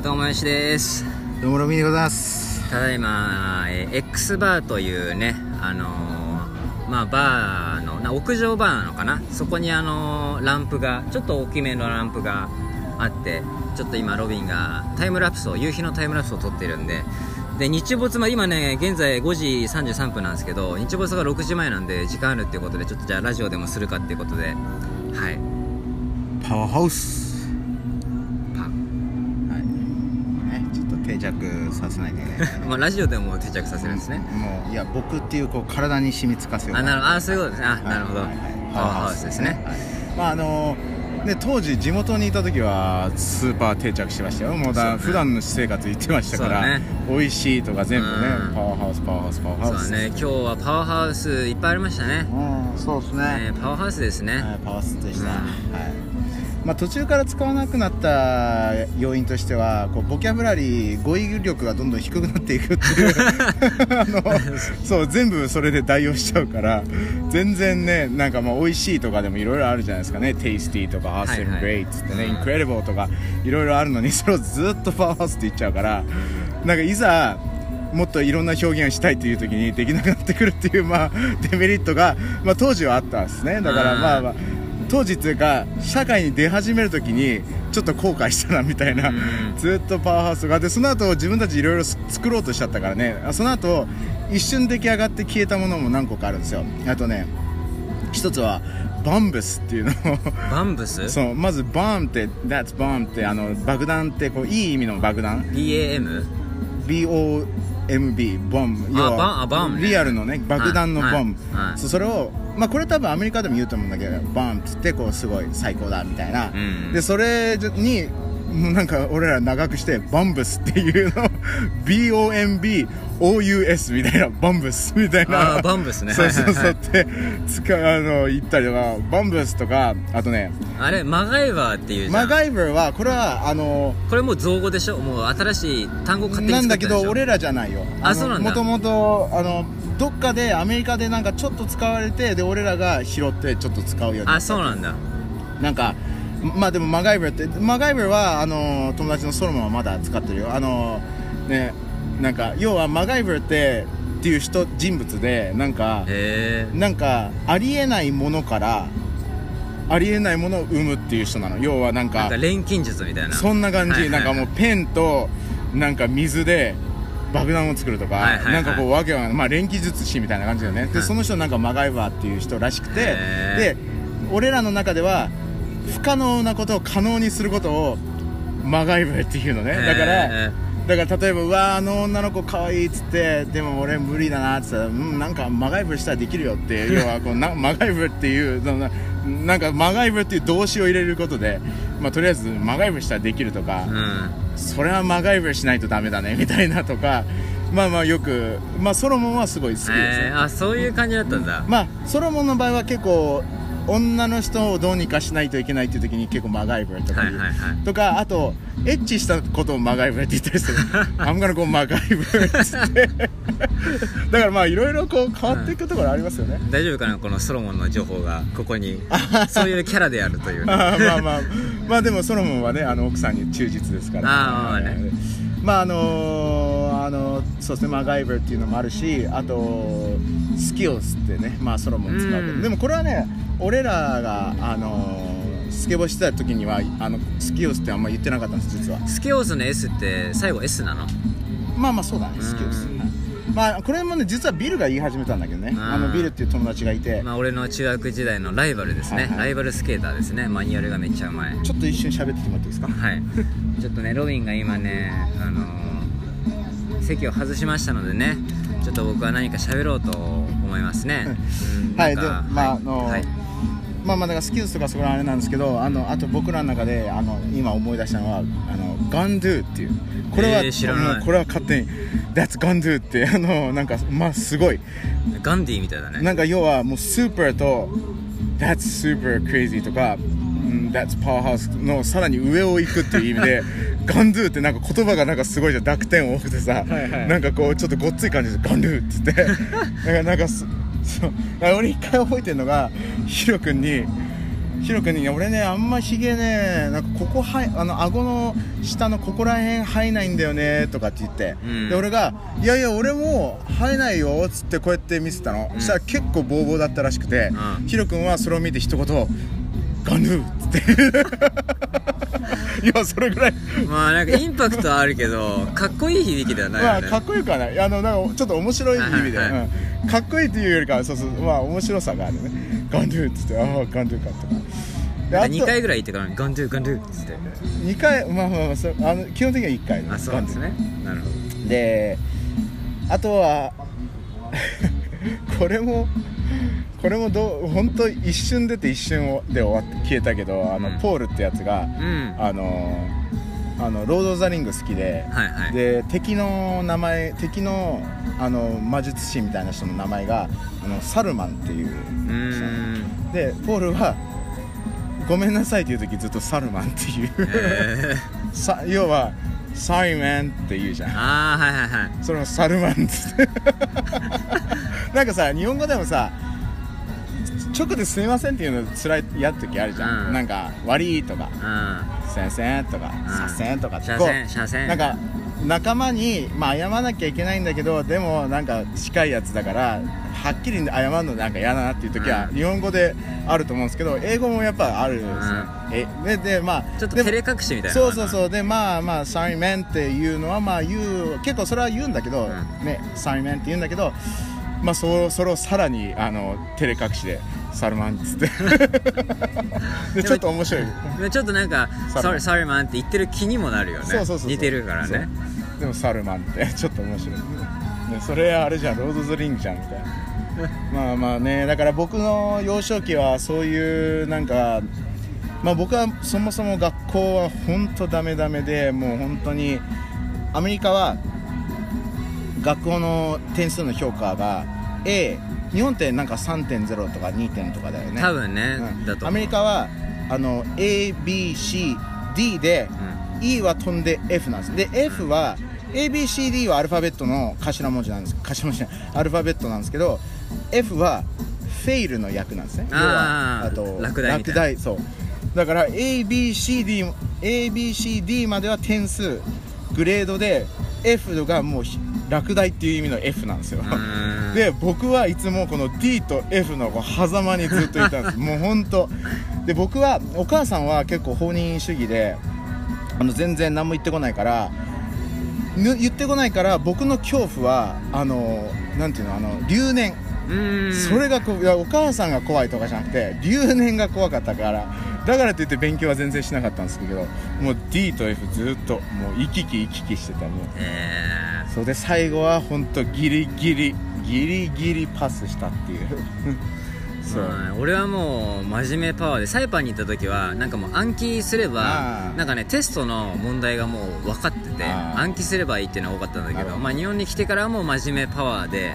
どうもよしです。 どうもロミでございます。 ただいま、X バーというね、バーの屋上バーなのかな、そこにランプがちょっと大きめのランプがあって、ちょっと今ロビンがタイムラプスを夕日のタイムラプスを撮ってるんで、日没、今ね現在5時33分なんですけど、日没が6時前なんで時間あるっていうことで、ちょっとじゃあラジオでもするかっていうことで、はい、 パワーハウスちょっと定着させないといけないまあラジオでも定着させるんですね。 もういや僕っていう体に染みつかせようかな。 そういうことですね。なるほど、パワーハウスですね。 当時地元にいた時はスーパー定着してましたよ。もう普段の私生活言ってましたから、美味しいとか全部ね、パワーハウスそうね。今日はパワーハウスいっぱいありましたね。 そうですね、 パワーハウスですね。 パワーハウスでした。途中から使わなくなった要因としては、ボキャブラリー、語彙力がどんどん低くなっていくっていうそう全部それで代用しちゃうから、全然ね、なんか美味しいとかでもいろいろあるじゃないですかね。テイスティーとかアーセングレイつってね、インクレディブルとかいろいろあるのに、それをずっとパワーハウスって言っちゃうから、なんかいざもっといろんな表現をしたいという時にできなくなってくるっていう、デメリットが、当時はあったんですね。だから当時というか社会に出始めるときにちょっと後悔したなみたいな、ずっとパワーハウスがあって、その後自分たちいろいろ作ろうとしちゃったからね。その後一瞬出来上がって消えたものも何個かあるんですよ。あとね、一つはバンブスっていうのをバンブス？ そう、まずバーンって That's bomb って爆弾っていい意味の爆弾 BAM？ BOMB ボム、要はリアルのね爆弾のボム、それをこれ多分アメリカでも言うと思うんだけど、バーンって言ってすごい最高だみたいな、でそれになんか俺ら長くしてバンブスっていうのBOMBOUS みたいな、バンブスみたいな、 バンブスね、 そうって言ったりとか、バンブスとか、あとね、 あれマガイバーっていうじゃん。 マガイバーはこれはこれもう造語でしょ。もう新しい単語勝手に作ったでしょ。なんだけど俺らじゃないよ。 そうなんだ。 もともとどっかでアメリカでなんかちょっと使われて、で俺らが拾ってちょっと使うようになった。 そうなんだ。 なんかでもマガイバーは友達のソロモンはまだ使ってるよ。なんか要はマガイバーっていう人物で、なんかありえないものからありえないものを生むっていう人なの。要はなんか錬金術みたいな、 そんな感じ。なんかもうペンとなんか水で爆弾を作るとか、なんかわけは錬金術師みたいな感じだよね。でその人なんかマガイバーっていう人らしくて、で俺らの中では不可能なことを可能にすることをマガイバーっていうのね。だから例えばあの女の子可愛いっつって、でも俺無理だなっつったら、なんかマガイバーしたらできるよって、要はマガイバーっていうなんかマガイバーっていう動詞を入れることで、とりあえずマガイバーしたらできるとか、それはマガイバーしないとダメだねみたいなとか、よくソロモンはすごい好きですね。 そういう感じだったんだ。 ソロモンの場合は結構女の人をどうにかしないといけないっていう時に結構マガイバーとかとか、あとエッチしたことをマガイバーって言ったりするI'm gonna go マガイバーっつってだからいろいろ変わっていくところありますよね。 大丈夫かな、このソロモンの情報がここにそういうキャラであるという、 でもソロモンはね奥さんに忠実ですから、そうですね、マガイバーっていうのもあるし、あとスキルスってね、ソロモン使うけど、でもこれはね、俺らがスケボーしてた時にはスキルスってあんま言ってなかったんです、実は。 スキルスの S って最後 S なの？ そうだね、スキルス。これもね、実はビルが言い始めたんだけどね。ビルっていう友達がいて、 俺の中学時代のライバルですね。ライバルスケーターですね。マニュアルがめっちゃうまい。 ちょっと一瞬喋ってもらっていいですか？ はいちょっとね、ロビンが今ね席を外しましたのでね、ちょっと僕は何か喋ろうと思いますね。 だからスキルスとかそこらあれなんですけど、あと僕らの中で今思い出したのはガンドゥっていう、これは、これは勝手に That's ガンドゥってなんかすごいガンディみたいだね。 なんか要はもうスーパーと That's super crazy とか、That's powerhouse のさらに上を行くっていう意味でガンドゥってなんか言葉がなんかすごいじゃん、濁点多くてさ、なんかちょっとごっつい感じでガンドゥって言ってなんか俺一回覚えてるのが、ヒロ君にヒロ君にね、俺ねあんまヒゲねなんかここ顎の下のここら辺生えないんだよねとかって言って、で俺がいやいや俺も生えないよっつってこうやって見せたの、そしたら結構ボーボーだったらしくて、ヒロ君はそれを見て一言ガヌーっつっていやそれぐらいまあなんかインパクトはあるけどかっこいい響きではないよね。 まあかっこよくはない、なんかちょっと面白い意味で、かっこいいっていうよりかはそうまあ面白さがあるね。ガンドゥっつってガンドゥかとか 2回ぐらい言ってからガンドゥガンドゥっつって 2回まあ基本的には1回ね。 そうですね。なるほど。 であとはこれも本当一瞬出て一瞬で終わって消えたけどポールってやつが、ロード・ザ・リング好きで、で敵の魔術師みたいな人の名前がサルマンっていうでポールはごめんなさいっていう時ずっとサルマンっていう、要はサイマンって言うじゃん。それもサルマンってなんかさ日本語でもさ直ですいませんっていうのつらいやつ時あるじゃん、なんか悪いとか、先生とか、させんとかってなんか仲間に、まあ、謝らなきゃいけないんだけどでもなんか近いやつだからはっきり謝るのなんか嫌だなっていう時は日本語であると思うんですけど英語もやっぱあるんですね。でまあちょっと照れ隠しみたいな。 そうでまあ sorry man っていうのはまあ結構それは言うんだけど、ね sorry man って言うんだけどまあそれをさらに照れ隠しでサルマンっつってでちょっと面白い。 ちょっとなんかサルマンって言ってる気にもなるよね。似てるからね。 でもサルマンってちょっと面白い、それあれじゃんロード・ザ・リングじゃんみたいなまあねだから僕の幼少期はそういうなんかまあ僕はそもそも学校は本当ダメでもう本当にアメリカは学校の点数の評価が A、日本ってなんか 3.0 とか 2 点とかだよね多分ね、だとアメリカはA、B、C、D で、E は飛んで F なんです。で F は ABCD はアルファベットの頭文字なんです。アルファベットなんですけど F はフェイルの役なんですね。 あと落第みたいな。落第そうだから ABCD までは点数グレードで F がもう落第っていう意味の F なんですよ。で僕はいつもこの D と F の狭間にずっといたんですもう本当で僕はお母さんは結構放任主義で全然何も言ってこないから僕の恐怖はなんていうの留年それがお母さんが怖いとかじゃなくて留年が怖かったからだからといって勉強は全然しなかったんですけどもう D と F ずっともう行き来してたもうそれで最後は本当ギリギリパスしたっていうそう俺はもう真面目パワーでサイパンに行った時はなんかもう暗記すればなんかねテストの問題がもう分かってて暗記すればいいっていうのが多かったんだけどまあ日本に来てからはもう真面目パワーで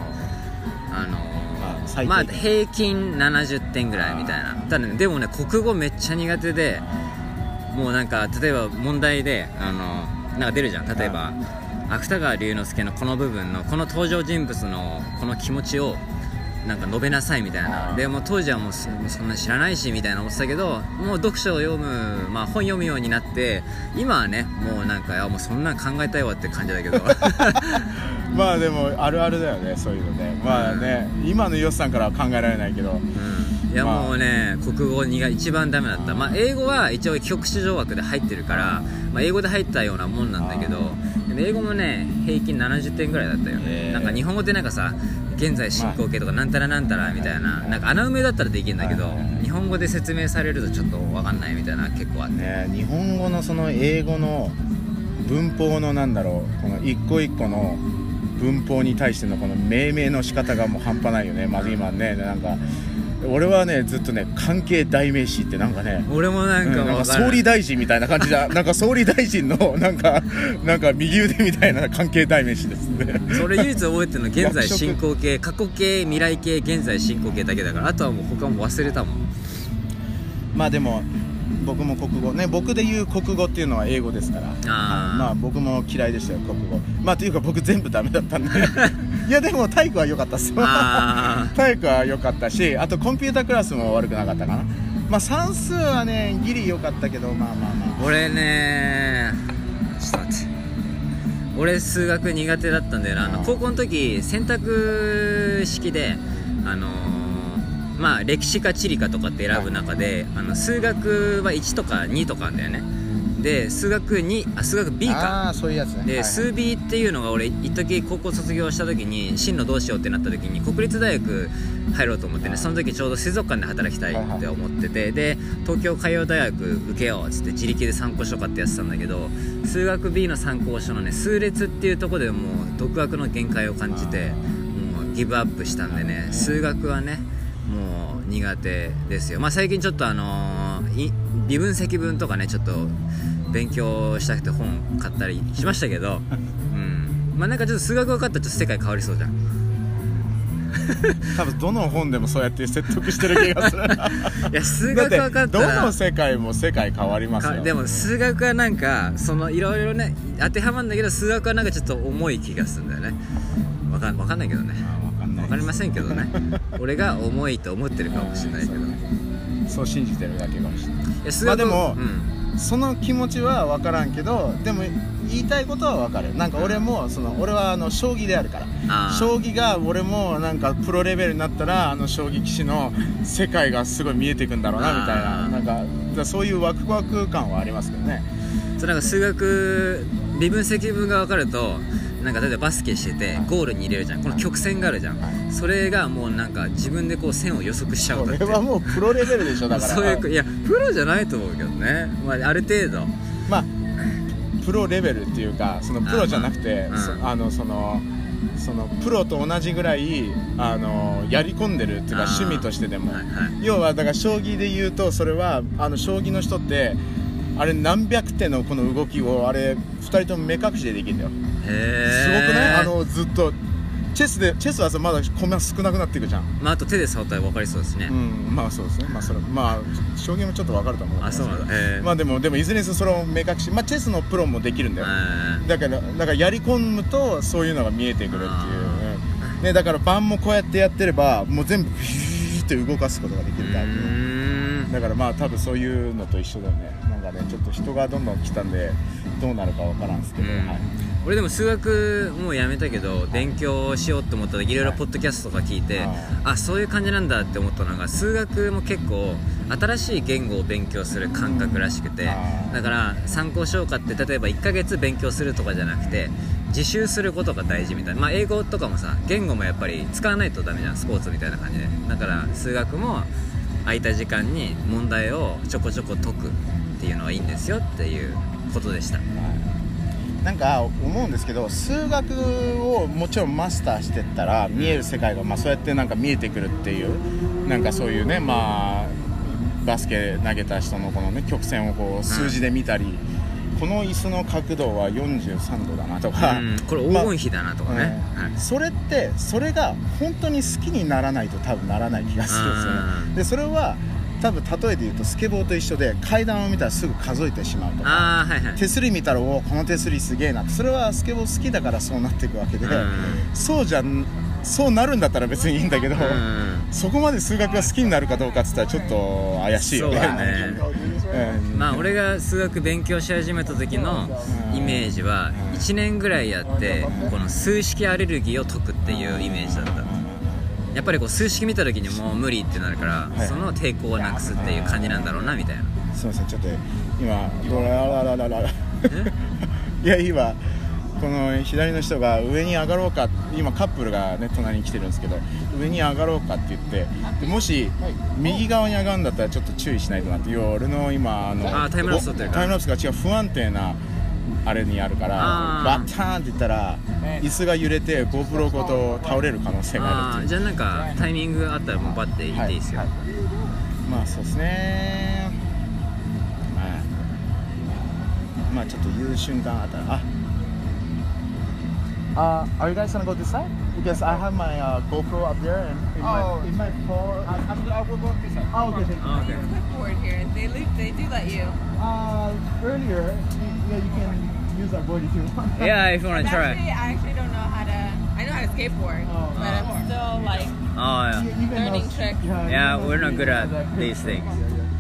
まあ平均70点ぐらいみたいな。ただねでもね国語めっちゃ苦手でもうなんか例えば問題でなんか出るじゃん。例えば芥川龍之介のこの部分のこの登場人物のこの気持ちをなんか述べなさいみたいな。でもう当時はもうそんな知らないしみたいな思ってたけどもう読書を読む、まあ、本読むようになって今はねもうなんかもうそんなん考えたいわって感じだけどまあでもあるあるだよねそういうのね。まあね、今のヨスさんからは考えられないけど、 いやもうね国語が一番ダメだった。まあ英語は一応帰国子女枠で入ってるから、まあ、英語で入ったようなもんなんだけど英語もね平均70点ぐらいだったよね。なんか日本語ってなんかさ現在進行形とかなんたらなんたらみたいななんか穴埋めだったらできるんだけど日本語で説明されるとちょっと分かんないみたいな結構あってね。 日本語のその英語の文法のなんだろうこの一個一個の文法に対してのこの命名の仕方がもう半端ないよね。まず今ねなんか俺はねずっとね関係代名詞ってなんかね俺もなんか総理大臣みたいな感じだなんか総理大臣のなんか右腕みたいな関係代名詞ですねそれ唯一覚えてるの現在進行形過去形未来形現在進行形だけだからあとはもう他も忘れたもん。 まあでも僕も国語ね僕で言う国語っていうのは英語ですからまあ僕も嫌いでしたよ国語。まあというか僕全部ダメだったんでいやでも体育は良かったっす体育は良かったしあとコンピュータークラスも悪くなかったかな。 まあ算数はねギリ良かったけど、まあまあまあ俺ねちょっと待って、俺数学苦手だったんだよな。高校の時選択式でまあ歴史か地理かとかって選ぶ中で、数学は1とか2とかあるんだよね。で数学 B か、 そういうやつね。 で、数 B っていうのが俺一時高校卒業した時に進路どうしようってなった時に国立大学入ろうと思ってね、その時ちょうど水族館で働きたいって思ってて、で東京海洋大学受けようっつって自力で参考書買ってやってたんだけど、数学 B の参考書のね数列っていうところでもう独学の限界を感じて、もうギブアップしたんでね、数学はねもう苦手ですよ。まあ最近ちょっと微分積分とかねちょっと勉強したくて本買ったりしましたけど、まあなんかちょっと数学分かったらちょっと世界変わりそうじゃん。 多分どの本でもそうやって説得してる気がする。 いや数学分かったらどの世界も世界変わりますよ。 でも数学はなんかいろいろね当てはまるんだけど、数学はなんかちょっと重い気がするんだよね。分かんないけどね、分かりませんけどね。俺が重いと思ってるかもしれないけど、 そう信じてるだけかもしれない。 いや数学まあでも、その気持ちは分からんけど、でも言いたいことは分かる。なんか俺も俺は将棋であるから、将棋が俺もなんかプロレベルになったら将棋棋士の世界がすごい見えていくんだろうなみたいな、なんかそういうワクワク感はありますけどね。 なんか数学微分積分が分かると、なんか例えばバスケしててゴールに入れるじゃん、この曲線があるじゃん、それがもうなんか自分でこう線を予測しちゃうんだって。 それはもうプロレベルでしょ。だからそういう、いやプロじゃないと思うけどね、まあ、ある程度まあプロレベルっていうか、プロじゃなくて、プロと同じぐらいやり込んでるっていうか、趣味としてでも、要はだから将棋で言うと、それは将棋の人ってあれ何百手のこの動きをあれ2人とも目隠しでできるんだよ。すごくない？ずっとチェスはさまだ駒少なくなっていくじゃん。 まああと手で触ったら分かりそうですね。 まあそうですね。まあそれ将棋もちょっと分かると思う。 そうなんだ。 まあでもいずれにせよそれを目隠し、まあチェスのプロもできるんだよ。だからやり込むとそういうのが見えてくるっていうね。だから盤もこうやってやってればもう全部フィーって動かすことができるからね。だからまあ多分そういうのと一緒だよね。なんかねちょっと人がどんどん来たんでどうなるか分からんですけど。 俺でも数学もうやめたけど、勉強しようって思った時いろいろポッドキャストとか聞いて、そういう感じなんだって思ったのが、数学も結構新しい言語を勉強する感覚らしくて、だから参考書を買って例えば1ヶ月勉強するとかじゃなくて自習することが大事みたいな。まあ英語とかもさ、言語もやっぱり使わないとダメじゃん、スポーツみたいな感じで。だから数学も空いた時間に問題をちょこちょこ解くっていうのはいいんですよっていうことでした。 なんか思うんですけど、数学をもちろんマスターしてったら見える世界がそうやってなんか見えてくるっていう、なんかそういうね、バスケ投げた人のこのね曲線をこう数字で見たり、この椅子の角度は43度だなとか、 これ黄金比だなとかね、 それが本当に好きにならないと多分ならない気がするんですよね。でそれは多分例えで言うとスケボーと一緒で、階段を見たらすぐ数えてしまうとか、手すり見たらこの手すりすげえなって、それはスケボー好きだからそうなっていくわけで、そうなるんだったら別にいいんだけど、そこまで数学が好きになるかどうかって言ったらちょっと怪しいよね。 まあ俺が数学勉強し始めた時のイメージは1年ぐらいやってこの数式アレルギーを解くっていうイメージだった。やっぱりこう数式見た時にもう無理ってなるから、その抵抗をなくすっていう感じなんだろうなみたいな。 すいません、ちょっと今いや今この左の人が上に上がろうか、今カップルがね隣に来てるんですけど、上に上がろうかって言って、でもし右側に上がるんだったらちょっと注意しないとなって。俺の今タイムラプス撮ってるから、 タイムラプスが違う不安定なあれにあるから、バッターンって言ったら椅子が揺れて GoPro ごと倒れる可能性があるっていう。 じゃあなんかタイミングあったらもうバッて行っていいですよ。 まあそうですね。まあちょっと言う瞬間あったら、are you guys gonna go this side? Because I have my GoPro up there and it might fall. I will go this side. Okay. There's a clipboard here. They do let you. Earlier, you can use that board if you want. Yeah, if you want to try. I actually don't know how to. I know how to skateboard, but I'm still like learning tricks. Yeah, we're not good at these things.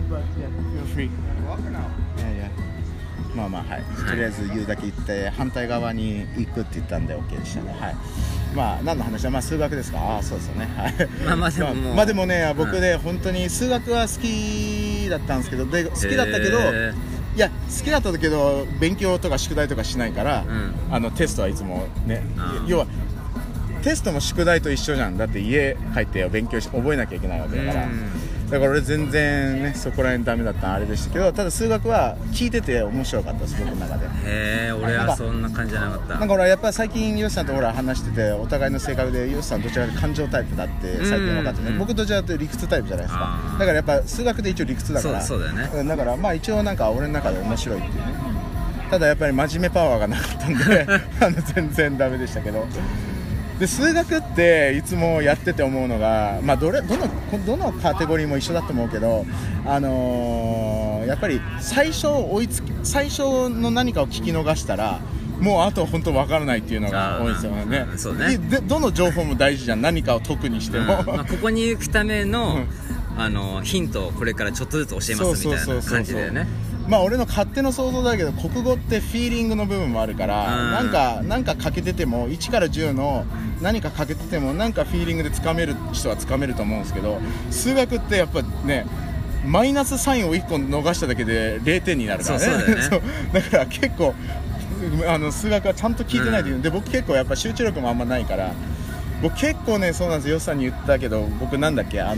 but yeah, feel free. いやいや、まあまあはい、とりあえず言うだけ言って反対側に行くって言ったんで OK でしたね。はい。まあ何の話だ、まあ数学ですか。ああそうですよね。はい。 まあでももうまあでもね、僕ね、本当に数学は好きだったんですけど、で好きだったけど、いや好きだったけど勉強とか宿題とかしないから、テストはいつもね、要はテストも宿題と一緒じゃん。だって家帰って勉強して覚えなきゃいけないわけだから、だから俺全然ねそこら辺ダメだったあれでしたけど、ただ数学は聞いてて面白かったです僕の中で。 へえ、俺はそんな感じじゃなかった。 なんか俺はやっぱり最近ヨシさんと俺は話してて、お互いの性格でヨシさんどちらか感情タイプだって最近分かってね、僕どちらかというと理屈タイプじゃないですか。だからやっぱ数学で一応理屈だから、 そうだよね。 だからまあ一応なんか俺の中で面白いっていうね。ただやっぱり真面目パワーがなかったんで全然ダメでしたけど。で数学っていつもやってて思うのが、まあ、どのカテゴリーも一緒だと思うけど、やっぱり最初の何かを聞き逃したらもうあと本当分からないっていうのが多いですよね。 そうね。 でどの情報も大事じゃん、何かを解くにしても、 まあ、ここに行くための、ヒントをこれからちょっとずつ教えますみたいな感じだよね。 まあ俺の勝手の想像だけど国語ってフィーリングの部分もあるから、なんか欠けてても1から10の何か欠けててもなんかフィーリングでつかめる人はつかめると思うんですけど、数学ってやっぱねマイナスサインを1個逃しただけで0点になるからね。 そうだよね。 そうだから結構数学はちゃんと聞いてないという、で僕結構やっぱ集中力もあんまないから、僕結構ねそうなんですよ。ヨシさんに言ったけど僕なんだっけ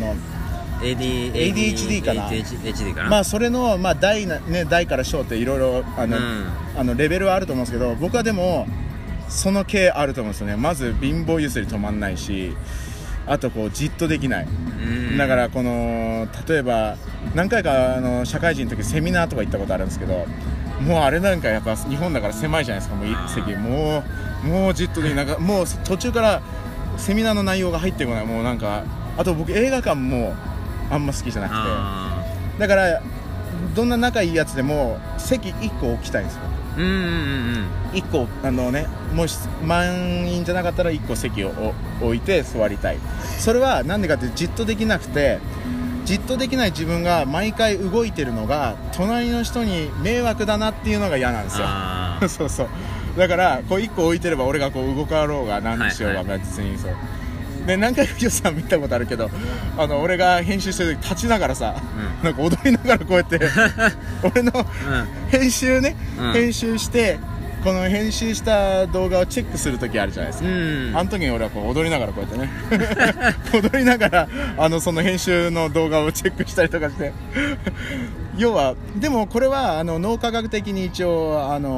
ADHD かな。 ADHD かな。 まあそれのまあ大から小っていろいろレベルはあると思うんですけど、僕はでもその系あると思うんですよね。まず貧乏ゆすり止まんないし、あとこうじっとできない。だからこの例えば何回か社会人の時セミナーとか行ったことあるんですけど、もうあれなんかやっぱ日本だから狭いじゃないですか。もう席もうじっとでなんかもう途中からセミナーの内容が入ってこない。もうなんかあと僕映画館もあんま好きじゃなくて、だからどんな仲いいやつでも席1個置きたいんですよ。1個もし満員じゃなかったら1個席を置いて座りたい。それはなんでかってじっとできなくて、じっとできない自分が毎回動いてるのが隣の人に迷惑だなっていうのが嫌なんですよ。そうそう。だからこう1個置いてれば俺がこう動かろうが何にしようが別にそう。で何回かヨシさん見たことあるけど、俺が編集してる時立ちながらさ、なんか踊りながらこうやって俺の編集してこの編集した動画をチェックする時あるじゃないですか。あの時に俺はこう踊りながらこうやってね踊りながらその編集の動画をチェックしたりとかして要はでもこれは脳科学的に一応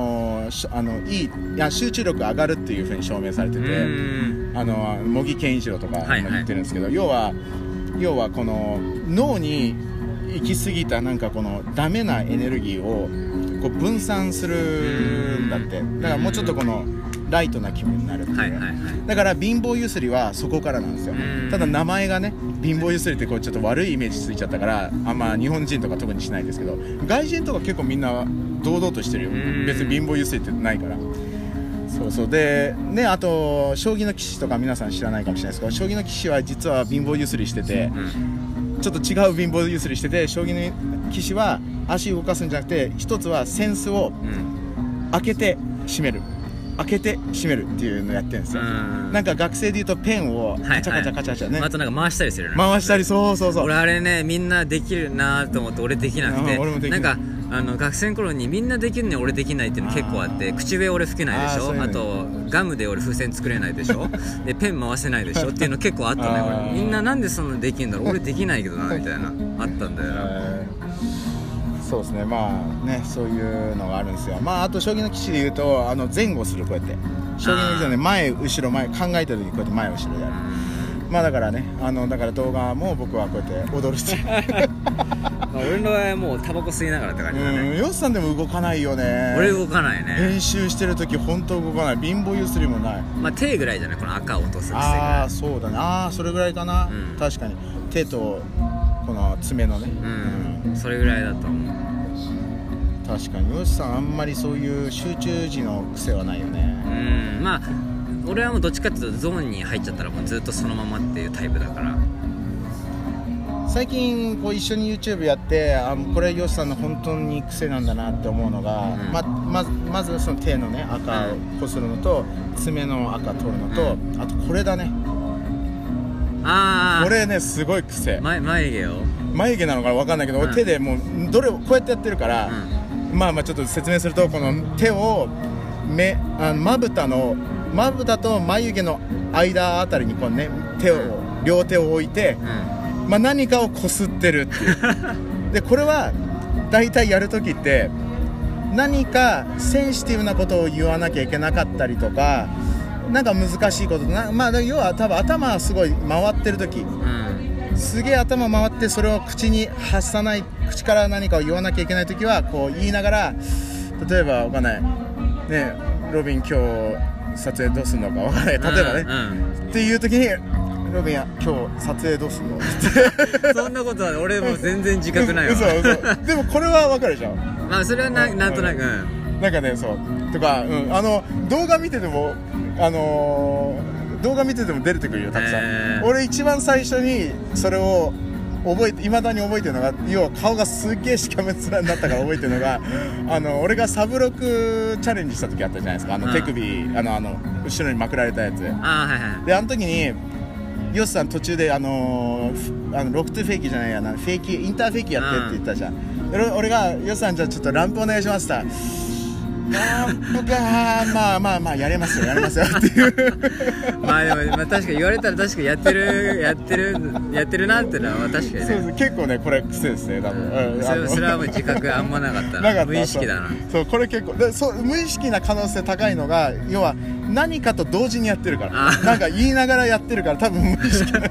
集中力上がるっていう風に証明されてて、茂木健一郎とかも言ってるんですけど、要はこの脳に行き過ぎたなんかこのダメなエネルギーをこう分散するんだって。だからもうちょっとこのライトな気分になるっていう、だから貧乏ゆすりはそこからなんですよ。ただ名前がね貧乏ゆすりってこうちょっと悪いイメージついちゃったからあんま日本人とか特にしないですけど、外人とか結構みんな堂々としてるよ。別に貧乏ゆすりってないから。そうでね、あと将棋の棋士とか皆さん知らないかもしれないですけど、将棋の棋士は実は貧乏ゆすりしてて、ちょっと違う貧乏ゆすりしてて、将棋の棋士は足動かすんじゃなくて一つは扇子を開けて閉めるっていうのをやってるんですよ。なんか学生でいうとペンをカチャカチャカチャカチャね、 あとなんか回したりするね。 回したり、そう俺あれねみんなできるなと思って俺できなくて、なんか学生の頃にみんなできるのに俺できないっていうの結構あって、口笛俺吹けないでしょ、あとガムで俺風船作れないでしょでペン回せないでしょっていうの結構あったね俺。みんななんでそんなできるんだろう、俺できないけどなみたいなあったんだよな。 そうですね、まあねそういうのがあるんですよ。まああと将棋の棋士でいうと前後するこうやって将棋の棋士はね前後ろ前考えてる時にこうやって前後ろでやる。まあだからねだから動画も僕はこうやって踊るし俺の場合はもうタバコ吸いながらって感じだね。 ヨシさんでも動かないよね。 俺動かないね。 練習してる時本当動かない。貧乏ゆすりもない。 まあ手ぐらいじゃない、この赤を落とす癖ぐらい。 ああそうだね、それぐらいかな、確かに手とこの爪のね、 それぐらいだと思う。 確かにヨシさんあんまりそういう集中時の癖はないよね。 まあ俺はもうどっちかっていうとゾーンに入っちゃったらもうずっとそのままっていうタイプだから。 最近こう一緒に YouTube やって、これヨシさんの本当に癖なんだなって思うのが、まずその手のね赤をこするのと、爪の赤取るのと、あとこれだね。これねすごい癖。 眉毛よ。 眉毛なのか分かんないけど、俺手でもうこうやってやってるから、まあちょっと説明すると、この手をまぶたと眉毛の間あたりにこうね両手を置いて、何かをこすってるっていうでこれは大体やるときって何かセンシティブなことを言わなきゃいけなかったりとか、なんか難しいこと要は多分頭がすごい回ってるとき、すげえ頭回ってそれを口に発さない、口から何かを言わなきゃいけないときはこう言いながら、例えばわかんないね、ロビン今日撮影どうすんのかわかんない、例えばね、っていうときにロビン今日撮影どうすんのってそんなことは俺も全然自覚ないわ嘘でもこれはわかるでしょ。 それはなんとなく、 なんかね、そうとか、動画見てても出てくるよたくさん。俺一番最初にそれを未だに覚えてるのが、要は顔がすっげえしかめ面になったから覚えてるのが俺がサブロクチャレンジした時あったじゃないですか、手首後ろにまくられたやつで、あの時にヨシさん途中でロクトゥフェイキじゃないやな、インターフェイキやってって言ったじゃん。俺がヨシさんじゃあちょっとランプお願いしますってランプかまあやれますよっていうでも確かに言われたら確かにやってるなってのは確かにね。 そう結構ねこれ癖ですね多分、 それはもう自覚あんまなかったな無意識だな。 そうこれ結構無意識な可能性高いのが、要は何かと同時にやってるから、なんか言いながらやってるから多分無意識ない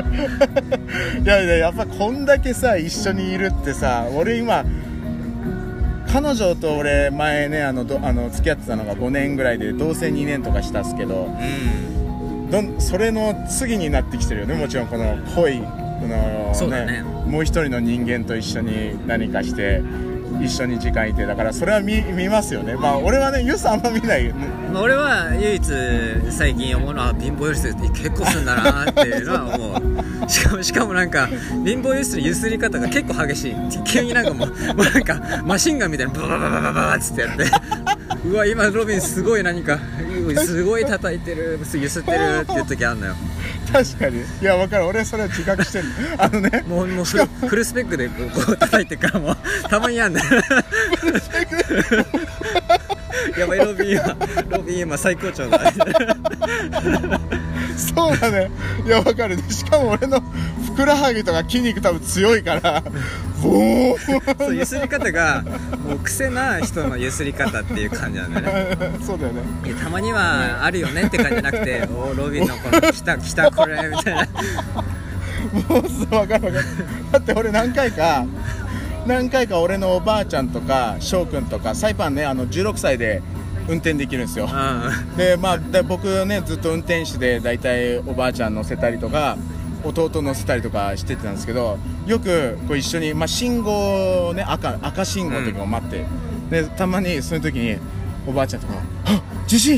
やっぱこんだけさ一緒にいるってさ、俺今彼女と俺前ね付き合ってたのが5年ぐらいで、同棲2年とかしたっすけど、それの次になってきてるよね。もちろんこの恋そうだね、 もう一人の人間と一緒に何かして一緒に時間いて、だからそれは見ますよね。俺はねユスあんま見ないよね。 俺は唯一最近思うのは貧乏ゆすりって結構するんだなっていうのは思うしかもなんか貧乏ゆすりゆすり方が結構激しい。急になんかもうなんかマシンガンみたいなババババババッつってやってうわ今ロビンすごい何かすごい叩いてるゆすってるっていう時あんのよ。 確かに、いや分かる、俺それは自覚してるのねもうフルスペックでこう叩いてからもうたまにやんだよフルスペックやばい、ロビン今最高潮だそうだね、いや分かる。しかも俺のふくらはぎとか筋肉多分強いからボーンそうゆすり方がもう癖な人のゆすり方っていう感じなんだよねそうだよね。 たまにはあるよねって感じじゃなくてロビンのこの来たこれみたいなもう分かるだって俺何回か俺のおばあちゃんとか翔くんとかサイパンね16歳で運転できるんですよ、で僕ねずっと運転手でだいたいおばあちゃん乗せたりとか弟乗せたりとかしてたんですけど、よくこう一緒に、信号ね赤信号とかを待って、でたまにそういう時におばあちゃんとか地震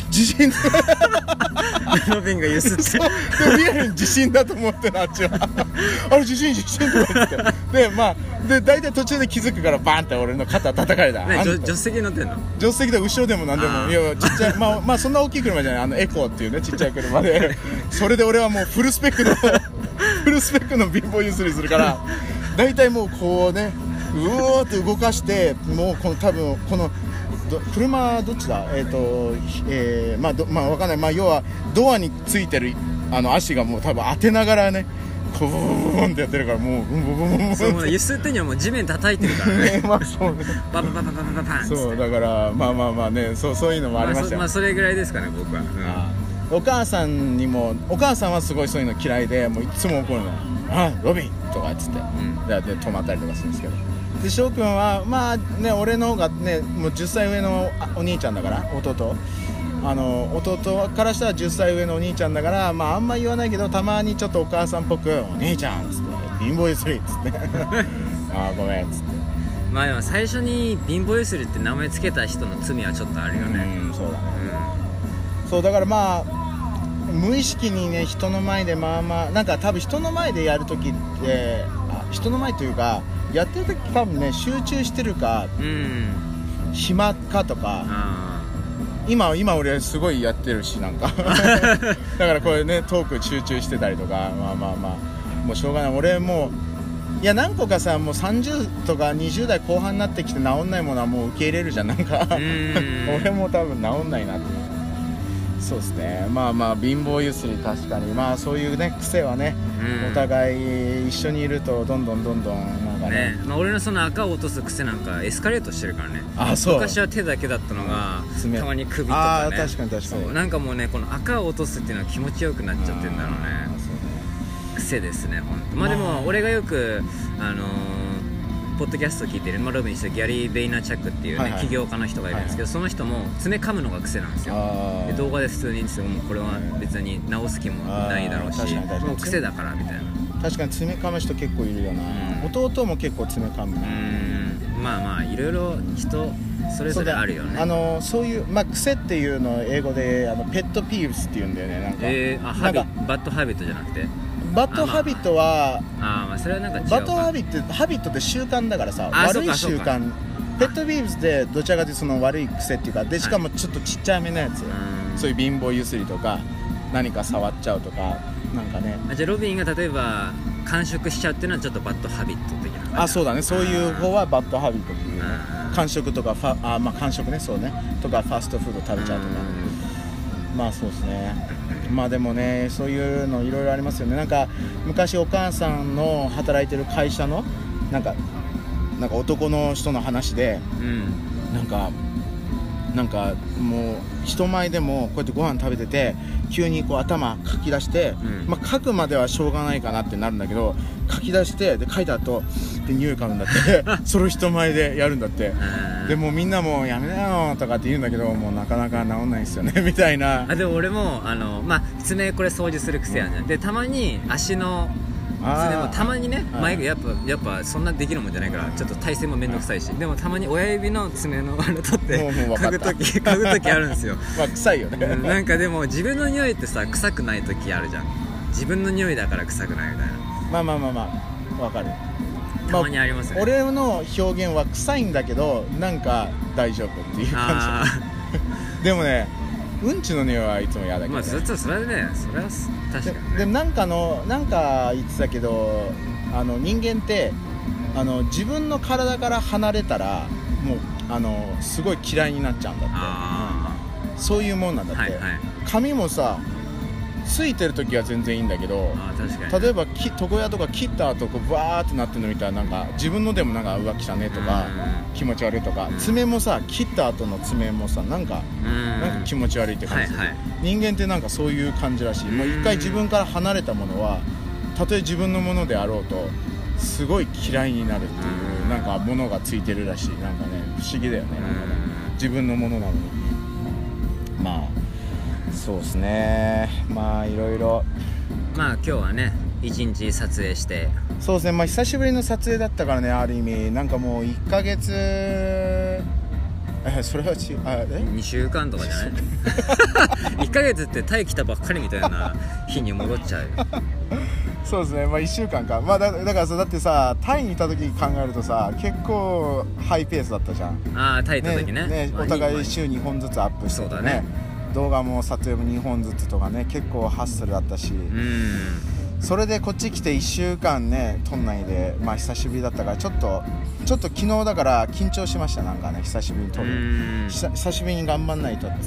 ロビンがゆすってリアルに地震だと思ってるあっちはあれ地震とか言ってで大体途中で気づくからバーンって俺の肩叩かれた。 助手席乗ってんの？ 助手席で後ろでも何でも、いやちっちゃいそんな大きい車じゃないエコーっていうねちっちゃい車でそれで俺はもうフルスペックの貧乏ゆすりするから大体もうこうねうおーって動かして、もう多分この車どっちだわかんない、要はドアについてる足がもう多分当てながらねこうブーンってやってるから、もうブンブンブンブンそう、ゆすってにはもう地面叩いてるからねそうねババババババババンそうだからねそういうのもありましたよ。 それぐらいですかね僕は、 お母さんはすごいそういうの嫌いで、もういつも怒るのロビンとかっつって、で止まったりとかするんですけど、で翔くんは俺の方がねもう10歳上のお兄ちゃんだから、弟からしたら10歳上のお兄ちゃんだから、あんま言わないけどたまにちょっとお母さんっぽくお兄ちゃんっつって貧乏ゆすりっつってごめんっつって、 でも最初に貧乏ゆすりって名前つけた人の罪はちょっとあるよね。 そうだね、そうだから無意識にね人の前でなんか多分人の前でやるときって人の前というかやってる時多分ね集中してるか、暇かとか、今俺すごいやってるしなんかだからこれねトーク集中してたりとか、まあもうしょうがない。俺もういや何個かさもう30とか20代後半になってきて治んないものはもう受け入れるじゃんなんか俺も多分治んないなって。そうですね。まあ貧乏ゆすり確かにまあそういうね癖はね、お互い一緒にいるとどんどんなんかね、 俺のその赤を落とす癖なんかエスカレートしてるからね。 そう昔は手だけだったのがたまに首とかね。 確かにそうなんかもうねこの赤を落とすっていうのは気持ちよくなっちゃってるんだろうね。癖ですね本当。でも俺がよくポッドキャストを聞いてるロビンしてギャリー・ベイナチャックっていうね、起業家の人がいるんですけど、その人も爪噛むのが癖なんですよ。で動画で普通に言うんですよ。もうこれは別に直す気もないだろうし、もう癖だからみたいな。 確かに爪噛む人結構いるよな。弟も結構爪噛む。 まあいろいろ人それぞれあるよね。 そういう癖っていうのを英語でペットピーブスっていうんだよね。なんかバッドハビットじゃなくて。 バッドハビットはそれはなんか違うか。 バッドハビットって習慣だからさ、悪い習慣。ペットビーブスでどちらかというとその悪い癖っていうかで、しかもちょっとちっちゃめのやつ、そういう貧乏ゆすりとか何か触っちゃうとかなんかね。じゃあロビンが例えば完食しちゃうっていうのはちょっとバッドハビット的な。 そうだね。そういう方はバッドハビットっていう、完食とか完食ね、そうねとかファストフード食べちゃうとか、そうですね。でもねそういうのいろいろありますよね。なんか昔お母さんの働いてる会社のなんか男の人の話で、なんかもう人前でもこうやってご飯食べてて急にこう頭かき出して、書くまではしょうがないかなってなるんだけど、書き出してで書いた後で匂い嗅ぐんだってそれを人前でやるんだって。でもみんなもやめなよとかって言うんだけど、もうなかなか治んないですよねみたいな。 でも俺も爪これ掃除する癖やねん。でたまに足の爪もたまにね、やっぱそんなできるもんじゃないからちょっと体勢もめんどくさいし、でもたまに親指の爪の取って嗅ぐ時あるんですよ臭いよねなんかでも自分の匂いってさ臭くない時あるじゃん。自分の匂いだから臭くないみたいな。 わかる。 たまにありますよね。 俺の表現は臭いんだけどなんか大丈夫っていう感じでもねうんちの匂いはいつも嫌だけど、ね、 それはねそれは確かに、ね、 でもなんか言ってたけど人間って自分の体から離れたらもうすごい嫌いになっちゃうんだって。そういうもんなんだって、髪もさついてる時は全然いいんだけど、例えば床屋とか切った後こうバーってなってるの見たらなんか自分のでもなんかうわきたねとか気持ち悪いとか、爪もさ切った後の爪もさなんか気持ち悪いって感じ、人間ってなんかそういう感じらしい。もう一回自分から離れたものはたとえ自分のものであろうとすごい嫌いになるっていうなんかものがついてるらしい。なんかね不思議だよね。自分のものなのに。そうですね。いろいろ今日はね一日撮影して、 そうですね。久しぶりの撮影だったからね、ある意味なんかもう1ヶ月それは 2週間とかじゃない1ヶ月ってタイ来たばっかりみたいな日に戻っちゃうそうですね。1週間か。だからさだってさタイにいた時考えるとさ結構ハイペースだったじゃん。 タイ行った時ねお互い週2本ずつアップしてね。動画も撮影も2本ずつとかね結構ハッスルだったし、それでこっち来て1週間ね都内で久しぶりだったからちょっと昨日だから緊張しました。なんかね久しぶりに撮る久しぶりに頑張んないとっつって、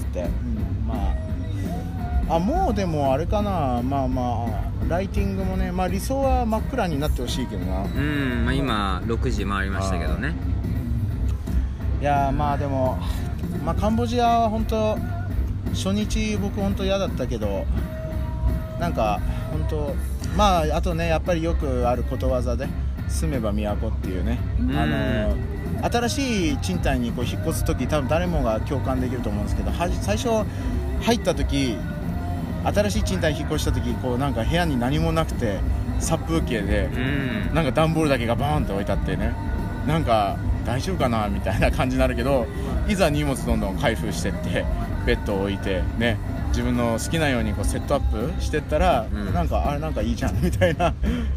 もうでもあれかなライティングもね理想は真っ暗になってほしいけどな。 今6時回りましたけどね。 いやでもカンボジアは本当初日僕本当嫌だったけどなんか本当あとねやっぱりよくあることわざで住めば都っていうね、新しい賃貸にこう引っ越す時多分誰もが共感できると思うんですけど、最初入った時新しい賃貸に引っ越した時こうなんか部屋に何もなくて殺風景で、なんか段ボールだけがバーンって置いてあってねなんか大丈夫かなみたいな感じになるけど、いざ荷物どんどん開封してってベッドを置いてね自分の好きなようにこうセットアップしてったら、なんかいいじゃんみたいな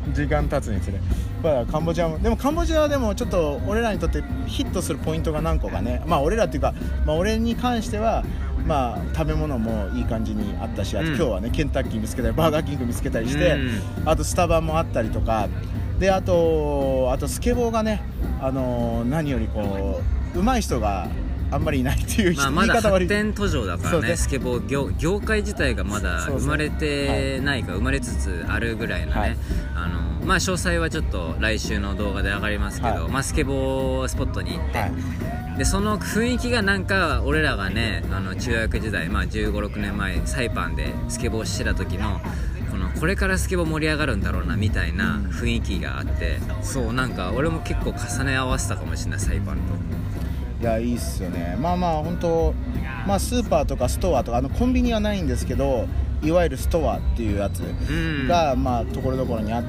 時間経つにつれ、まあ、カンボジアもでもカンボジアでもちょっと俺らにとってヒットするポイントが何個かね、まあ俺らっていうか、まあ、俺に関してはまあ食べ物もいい感じにあったし、あと今日はねケンタッキー見つけたりバーガーキング見つけたりして、あとスタバもあったりとかで、あとスケボーがね、何よりこう上手い人があんまりいないっていう人、 まだ言い方悪い、 発展途上だからね、スケボー 業界自体がまだそうそう生まれてないか、生まれつつあるぐらいのね、 はい、 まあ詳細はちょっと来週の動画で上がりますけど、 はい、 まあスケボースポットに行って、はい、でその雰囲気がなんか俺らがね中学時代、まあ15、6年前サイパンでスケボーしてた時のこれからスケボー盛り上がるんだろうなみたいな雰囲気があって、そうなんか俺も結構重ね合わせたかもしれない、サイパンと。 いやいいっすよね。まあ本当、まあスーパーとかストアとかコンビニはないんですけど、いわゆるストアっていうやつがまあところどころにあって、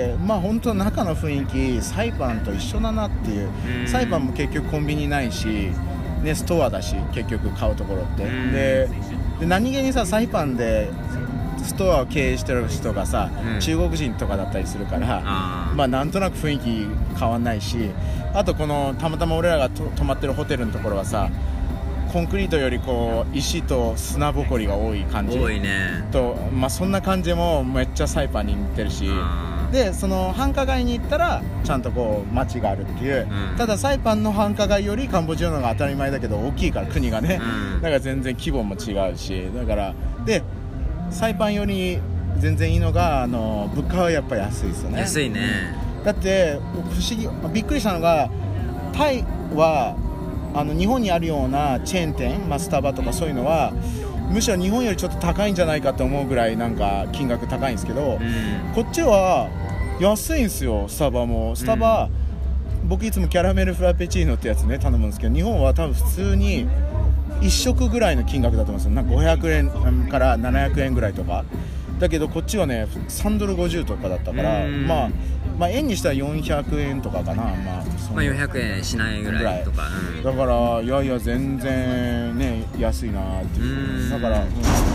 まあ本当中の雰囲気サイパンと一緒だなっていう。サイパンも結局コンビニないし、ね、ストアだし結局買うところって、で何気にさサイパンでストアを経営してる人がさ、中国人とかだったりするから、まあなんとなく雰囲気変わんないし、あとこのたまたま俺らが泊まってるホテルのところはさ、コンクリートよりこう石と砂ぼこりが多い感じ、 多いねと、まあ、そんな感じもめっちゃサイパンに似てるし、でその繁華街に行ったらちゃんとこう街があるっていう、ただサイパンの繁華街よりカンボジアの方が当たり前だけど大きいから国がね、だから全然規模も違うし、だからでサイパンより全然いいのが物価はやっぱり安いですよね。 安いね。 だって不思議びっくりしたのが、タイは日本にあるようなチェーン店、まあ、スタバとかそういうのはむしろ日本よりちょっと高いんじゃないかと思うぐらいなんか金額高いんですけど、こっちは安いんですよ。スタバもスタバ、僕いつもキャラメルフラペチーノってやつね頼むんですけど、日本は多分普通に1食ぐらいの金額だと思うんですよ。なんか500円から700円ぐらいとかだけど、こっちはね3ドル50とかだったから、まあ円にしたら400円とかかな、まあ 400円しないぐらいとか、 だからいや全然ね安いなっていう。だから、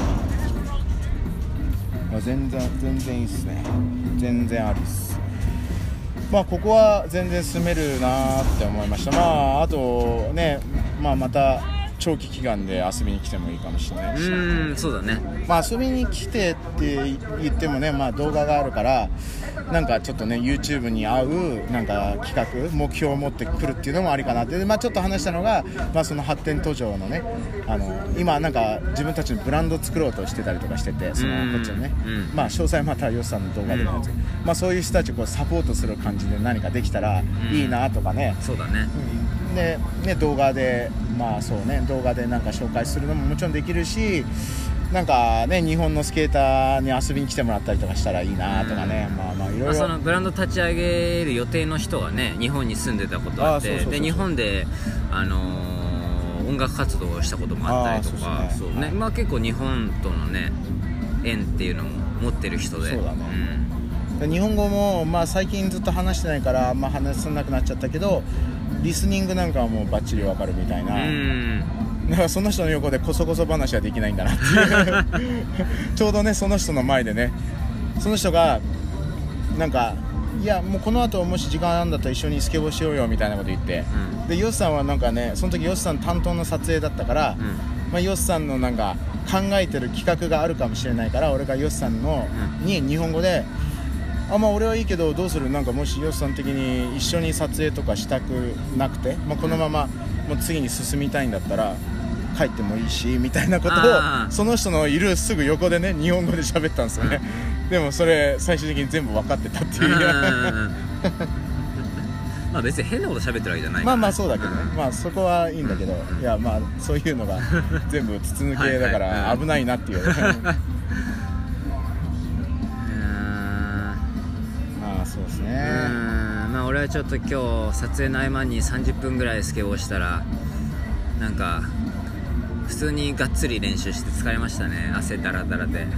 全然いいっすね。全然ありっす。まあここは全然住めるなって思いました。まああとね、まあまた長期期間で遊びに来てもいいかもしれないし、 そうだね。 まあ遊びに来てって言ってもね、まあ動画があるからなんかちょっとね YouTube に合うなんか企画目標を持ってくるっていうのもありかなって。まあちょっと話したのが、まあその発展途上のね今なんか自分たちのブランドを作ろうとしてたりとかしてて、そのこっちのね、まあ詳細またヨシさんの動画でもやつ、まあそういう人たちをこうサポートする感じで何かできたらいいなとかね。 そうだね。 でね、動画でまあそうね、動画でなんか紹介するのももちろんできるし、なんかね日本のスケーターに遊びに来てもらったりとかしたらいいなとかね、まあいろいろ、 そのブランド立ち上げる予定の人はね日本に住んでたことあって、で日本で音楽活動をしたこともあったりとか、そうね、まあ結構日本とのね縁っていうのも持ってる人で、 そうだね、日本語もまあ最近ずっと話してないからまあ話せなくなっちゃったけど、リスニングなんかはもうバッチリわかるみたいな。だからその人の横でこそこそ話はできないんだなっていうちょうどねその人の前でね、その人がなんかいやもうこの後もし時間あるんだったら一緒にスケボーしようよみたいなこと言って、でヨシさんはなんかねその時ヨシさん担当の撮影だったから、まあ、ヨシさんのなんか考えてる企画があるかもしれないから、俺がヨシさんのに日本語でまあ俺はいいけどどうする、なんかもしヨシさん的に一緒に撮影とかしたくなくて、まあ、このままもう次に進みたいんだったら帰ってもいいしみたいなことをその人のいるすぐ横でね日本語で喋ったんですよね。でもそれ最終的に全部分かってたっていうまあ別に変なこと喋ってるわけじゃないから、 まあそうだけどね、まあそこはいいんだけど、いやまあそういうのが全部筒抜けだから危ないなっていうまあそうですね。 まあ俺はちょっと今日撮影の合間に30分ぐらいスケボーしたらなんか普通にがっつり練習して疲れましたね。汗だらだらで。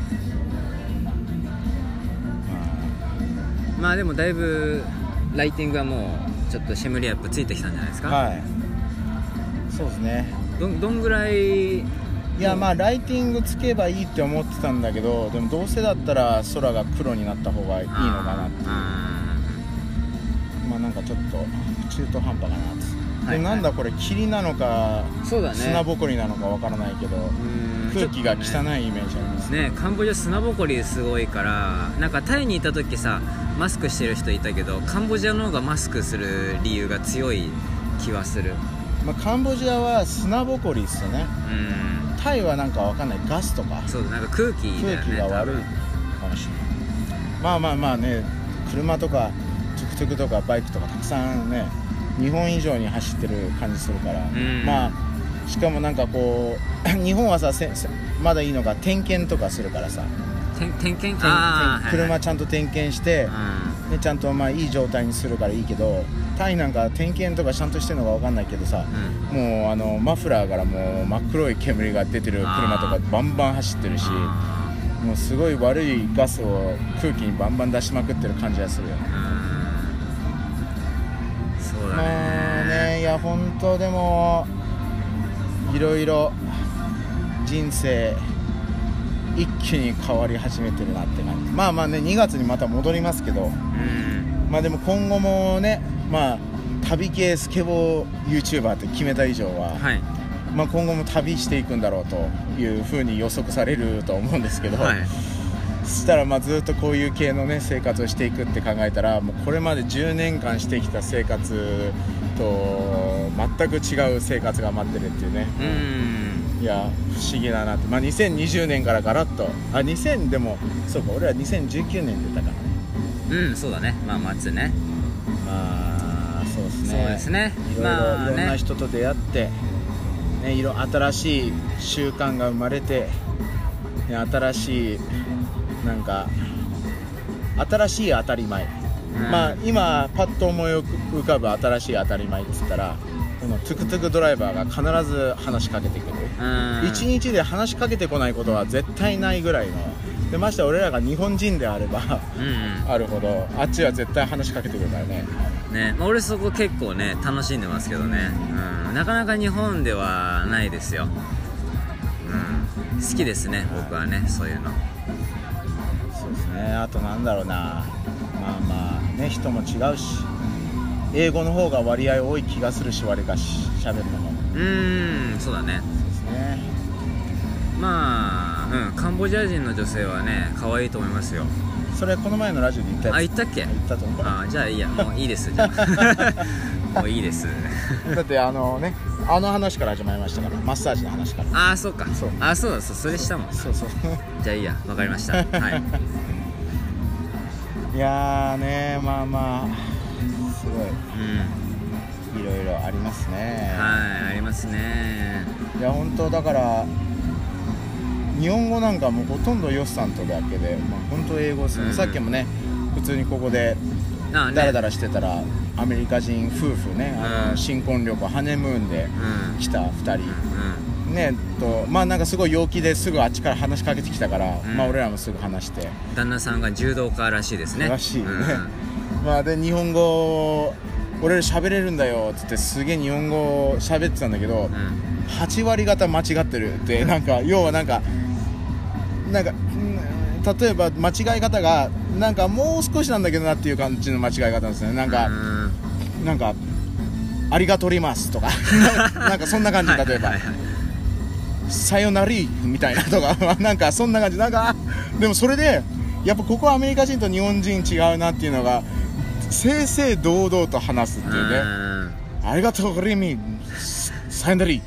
まあでもだいぶライティングはもうちょっとシェムリアップついてきたんじゃないですか。 はい、そうですね。 どんぐらいいやまあライティングつけばいいって思ってたんだけど、でもどうせだったら空が黒になった方がいいのかなって、まあなんかちょっと中途半端かなって、でなんだこれ霧なのか、 そうだね、 砂ぼこりなのかわからないけど、空気が汚いイメージありますね。カンボジア砂ぼこりすごいから、なんかタイにいた時さマスクしてる人いたけど、カンボジアの方がマスクする理由が強い気はする。 まあ、カンボジアは砂ぼこりっすよね。タイはなんかわかんない、ガスとか、 そうなんか空気だよね、 空気が悪いかもしれない。まあまあまあね、車とかトゥクトゥクとかバイクとかたくさんね、日本以上に走ってる感じするから、まあしかもなんかこう日本はさまだいいのが点検とかするからさ、 点検車ちゃんと点検して、でちゃんとまあいい状態にするからいいけど、タイなんか点検とかちゃんとしてるのか分かんないけどさ、もうマフラーからもう真っ黒い煙が出てる車とかバンバン走ってるし、もうすごい悪いガスを空気にバンバン出しまくってる感じがするよね。 そうだね。 まあね、いや本当でもいろいろ人生一気に変わり始めてるなって感じ。まあまあね、2月にまた戻りますけど、まあでも今後もね、まあ旅系スケボー YouTuber って決めた以上は、まあ今後も旅していくんだろうというふうに予測されると思うんですけど、そしたらまあずっとこういう系のね生活をしていくって考えたら、もうこれまで10年間してきた生活と全く違う生活が待ってるっていうね。いや不思議だなって。まあ2020年からガラッと2000でもそうか、俺ら2019年で言ったからね。 そうだね。まあ末ね。 まあそうですね。 そうですね。 いろんな人と出会って、ね、新しい習慣が生まれて、ね、新しいなんか新しい当たり前、まあ今パッと思い浮かぶ新しい当たり前って言ったら、このトゥクトゥクドライバーが必ず話しかけてくる。1日で話しかけてこないことは絶対ないぐらいので、まして俺らが日本人であればあるほど、あっちは絶対話しかけてくるからね。 まあ、俺そこ結構ね楽しんでますけどね、なかなか日本ではないですよ。好きですね、僕はね、そういうの。 そうですね。あとなんだろうな、まあまあね、人も違うし、英語の方が割合多い気がするし、わりかし喋るのも。 そうだね。 そうですね。 まあ、カンボジア人の女性はね可愛いと思いますよ。 それこの前のラジオで言ったやつ。 言ったっけ？ 言ったと思う。 じゃあいいや、もういいですじゃあもういいですだってね、話から始まりましたから、マッサージの話から。 そうか。 そうだ、それしたもん。 そうじゃあいいや、わかりましたいやーね、まあまあすごい、いろいろありますね。 ありますね。 いや本当だから日本語なんかもうほとんどヨスさんとだけで、まあ、本当英語ですね。さっきもね普通にここでダラダラしてたら、アメリカ人夫婦ね、新婚旅行ハネムーンで来た2人、ねまあなんかすごい陽気ですぐあっちから話しかけてきたから、まあ俺らもすぐ話して、 旦那さんが柔道家らしいですね。 らしいね、まあで日本語俺ら喋れるんだよっつってすげえ日本語喋ってたんだけど、8割方間違ってるってなんか要はなんか例えば間違い方がなんかもう少しなんだけどなっていう感じの間違い方なんですね。なんかありがとりますとかなんかそんな感じ。例えばさよなりみたいなとかなんかそんな感じ。なんかでもそれでやっぱここはアメリカ人と日本人違うなっていうのが、正々堂々と話すっていうね。ありがとうございますさよなり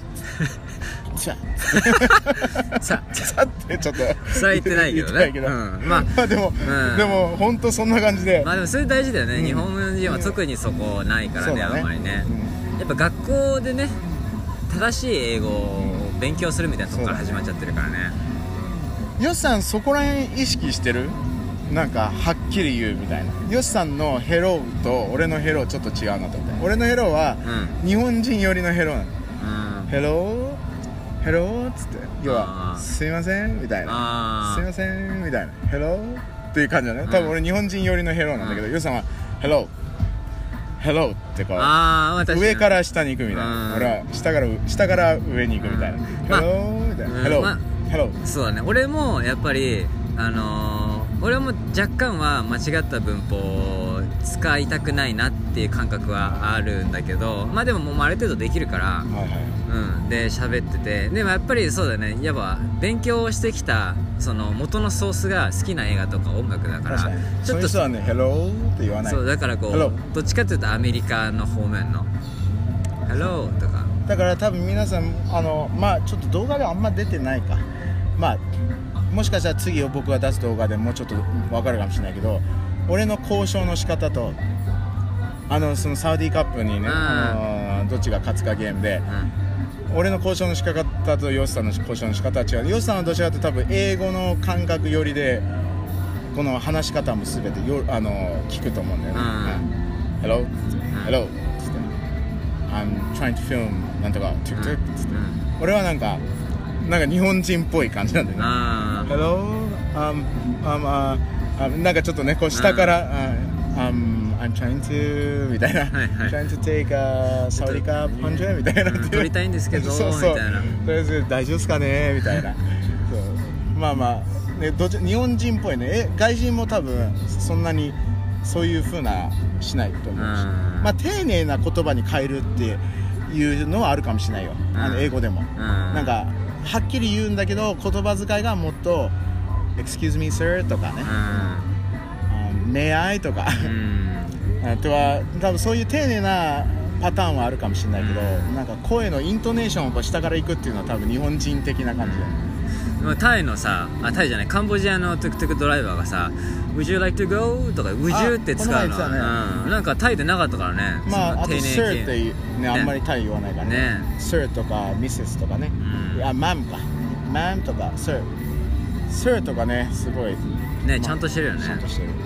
さってちょっとそれは言ってないけどね。 まあでも本当そんな感じで。 まあでもそれ大事だよね。日本人は特にそこないからね、あんまりね。やっぱ学校でね正しい英語を勉強するみたいなとこから始まっちゃってるからね。 よしさんそこら辺意識してる？なんかはっきり言うみたいな。よしさんのヘローと俺のヘローちょっと違うなと思って。俺のヘローは日本人寄りのヘローなの。ヘローヘローっつって、要はすいませんみたいな、すいませんみたいな、ヘローっていう感じだね。多分俺日本人寄りのヘローなんだけど、ヨウさんはヘロー Hello ってこう確かに上から下に行くみたいな、俺は下から上に行くみたいな、Hello みたいな、Hello Hello。 そうだね、俺もやっぱり俺も若干は間違った文法を使いたくないなっていう感覚はあるんだけど、まあでももうある程度できるから、で喋ってて、でもやっぱりそうだね、やっぱ勉強してきたその元のソースが好きな映画とか音楽だから、 ちょっとそういう人はね Hello って言わない。 そうだからこう Hello どっちかっていうとアメリカの方面の Hello とかだから多分皆さんまあちょっと動画であんま出てないか、まあもしかしたら次を僕が出す動画でもうちょっと分かるかもしれないけど、俺の交渉の仕方とそのサウディカップにね、どっちが勝つかゲームで、俺の交渉の仕方とヨシさんの交渉の仕方は違う。ヨシさんはどちらかというと多分英語の感覚寄りでこの話し方も全て聞くと思うんだよね、Hello Hello っつって I'm trying to film なんとか tuk tuk っつって、俺はなんか日本人っぽい感じなんだよね。Helloなんかちょっとねこう下からI'm trying to みたいな、trying to take a Saudi Cup 100みたいな、 撮りたいんですけどそうみたいな、 とりあえず大丈夫ですかねみたいなそうまあまあ、ね、日本人っぽいね。外人も多分そんなにそういう風なしないと思うし、まあ丁寧な言葉に変えるっていうのはあるかもしれないよ、英語でも、なんかはっきり言うんだけど言葉遣いがもっと Excuse me sir とかね、May I とかあとは多分そういう丁寧なパターンはあるかもしれないけど、なんか声のイントネーションをこう下から行くっていうのは多分日本人的な感じだよね。 タイのさ、タイじゃないカンボジアのトゥクトゥクドライバーがさ Would you like to go? とか Would you? って使うの、なんかタイでなかったからね。 まああと Sir ってね、あんまりタイ言わないからね。Sir とか Mrs とかね、Ma'am か Ma'am とか Sir とかね、すごいね、ちゃんとしてるよね。 ちゃんとしてる。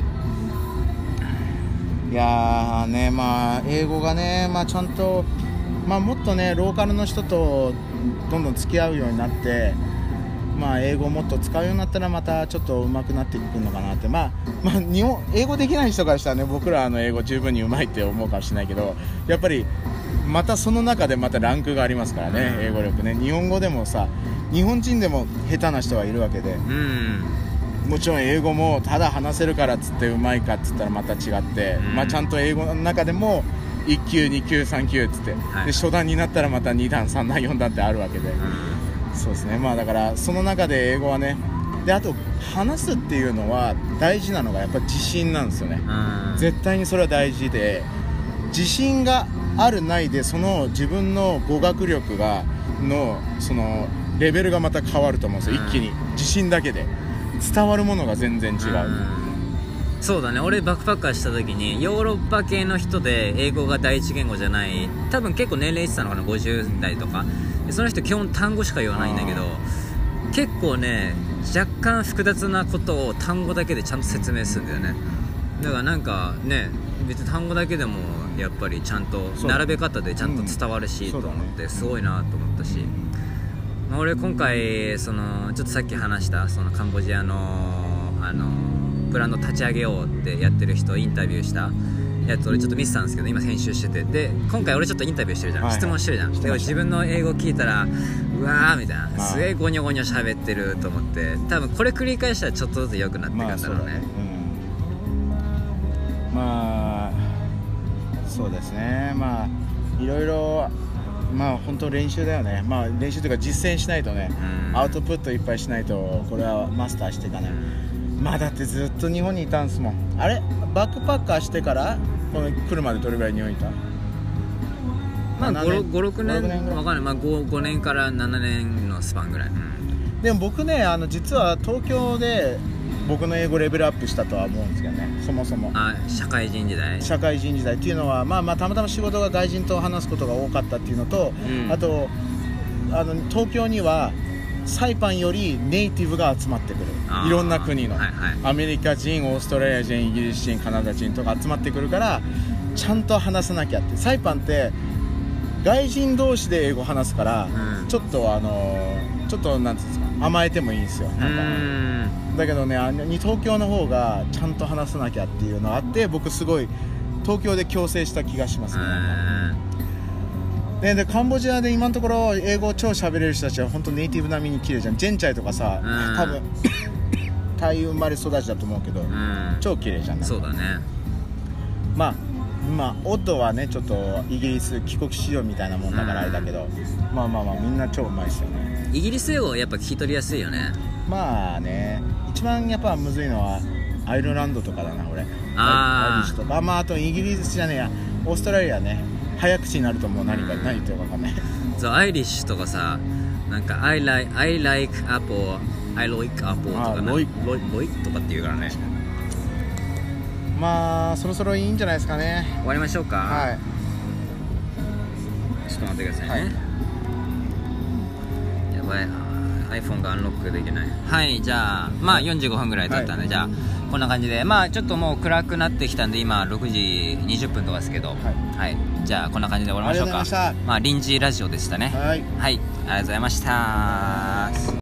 いやーね、まあ英語がね、まあちゃんと、まあもっとねローカルの人とどんどん付き合うようになって、まあ英語をもっと使うようになったらまたちょっと上手くなっていくのかなって、まあ英語できない人からしたらね、僕ら英語十分に上手いって思うかもしれないけど、やっぱりまたその中でまたランクがありますからね、英語力ね。日本語でもさ、日本人でも下手な人がいるわけで、もちろん英語もただ話せるからっつってうまいかっつったらまた違って、まあちゃんと英語の中でも1級2級3級っつって、で初段になったらまた2段3段4段ってあるわけで、そうですね。まあだからその中で英語はね、であと話すっていうのは大事なのがやっぱ自信なんですよね。絶対にそれは大事で、自信があるないでその自分の語学力のそのレベルがまた変わると思うんですよ。一気に自信だけで伝わるものが全然違う。 そうだね。俺バックパッカーした時にヨーロッパ系の人で英語が第一言語じゃない、多分結構年齢いってたのかな、50代とかで、その人基本単語しか言わないんだけど、結構ね若干複雑なことを単語だけでちゃんと説明するんだよね。だからなんかね、別に単語だけでもやっぱりちゃんと並べ方でちゃんと伝わるし、と思ってすごいなと思ったし、まあ、俺今回ちょっとさっき話したそのカンボジアのブランド立ち上げようってやってる人をインタビューしたやつ俺ちょっと見てたんですけど、今編集してて、で今回俺ちょっとインタビューしてるじゃん、質問してるじゃん。で自分の英語聞いたらうわーみたいな、すげえゴニョゴニョ喋ってると思って、多分これ繰り返したらちょっとずつ良くなってくるんだろうね。 まあそうですね。まあいろいろまあ本当練習だよね。まあ練習というか実践しないとね、アウトプットいっぱいしないとこれはマスターしていかない。まあだってずっと日本にいたんですもん。あれバックパッカーしてからこの来るまでどれぐらい日本にいた？ まあ5、6年わかんない。まあ5年から7年のスパンぐらい。 でも僕ね実は東京で僕の英語レベルアップしたとは思うんですけどね、そもそも。 社会人時代っていうのはまあたまたま仕事が外人と話すことが多かったっていうのと、あと東京にはサイパンよりネイティブが集まってくる。いろんな国の、アメリカ人、オーストラリア人、イギリス人、カナダ人とか集まってくるから、ちゃんと話さなきゃって。サイパンって外人同士で英語話すから、ちょっとなんていうんですか、甘えてもいいんですよ。だけどね、東京の方がちゃんと話さなきゃっていうのがあって、僕すごい東京で矯正した気がしますね。でカンボジアで今のところ英語超喋れる人たちは本当ネイティブ並みに綺麗じゃん。ジェンチャイとかさ、多分タイ生まれ育ちだと思うけど、超綺麗じゃん。 そうだね。 まあオッドはねちょっとイギリス帰国子女みたいなもんだからあれだけど、まあみんな超うまいですよね。 イギリス英語やっぱ聞き取りやすいよね。 まあね、一番やっぱむずいのはアイルランドとかだな俺。アイリッシュとか、あとイギリスじゃねえや、オーストラリアね、早口になるともう何言ってるか分かんない。 そう、アイリッシュとかさ、なんか I like apple, I like apple とかな、ロイとかって言うからね。 まあそろそろいいんじゃないですかね。 終わりましょうか。 はい。 ちょっと待ってくださいね。やばい、iPhone がアンロックできない。はい、じゃあまあ45分ぐらい経ったんで、じゃあこんな感じで、まあちょっともう暗くなってきたんで今6時20分とかですけど、はい、じゃあこんな感じで終わりましょうか。まあ臨時ラジオでしたね。はい、ありがとうございました。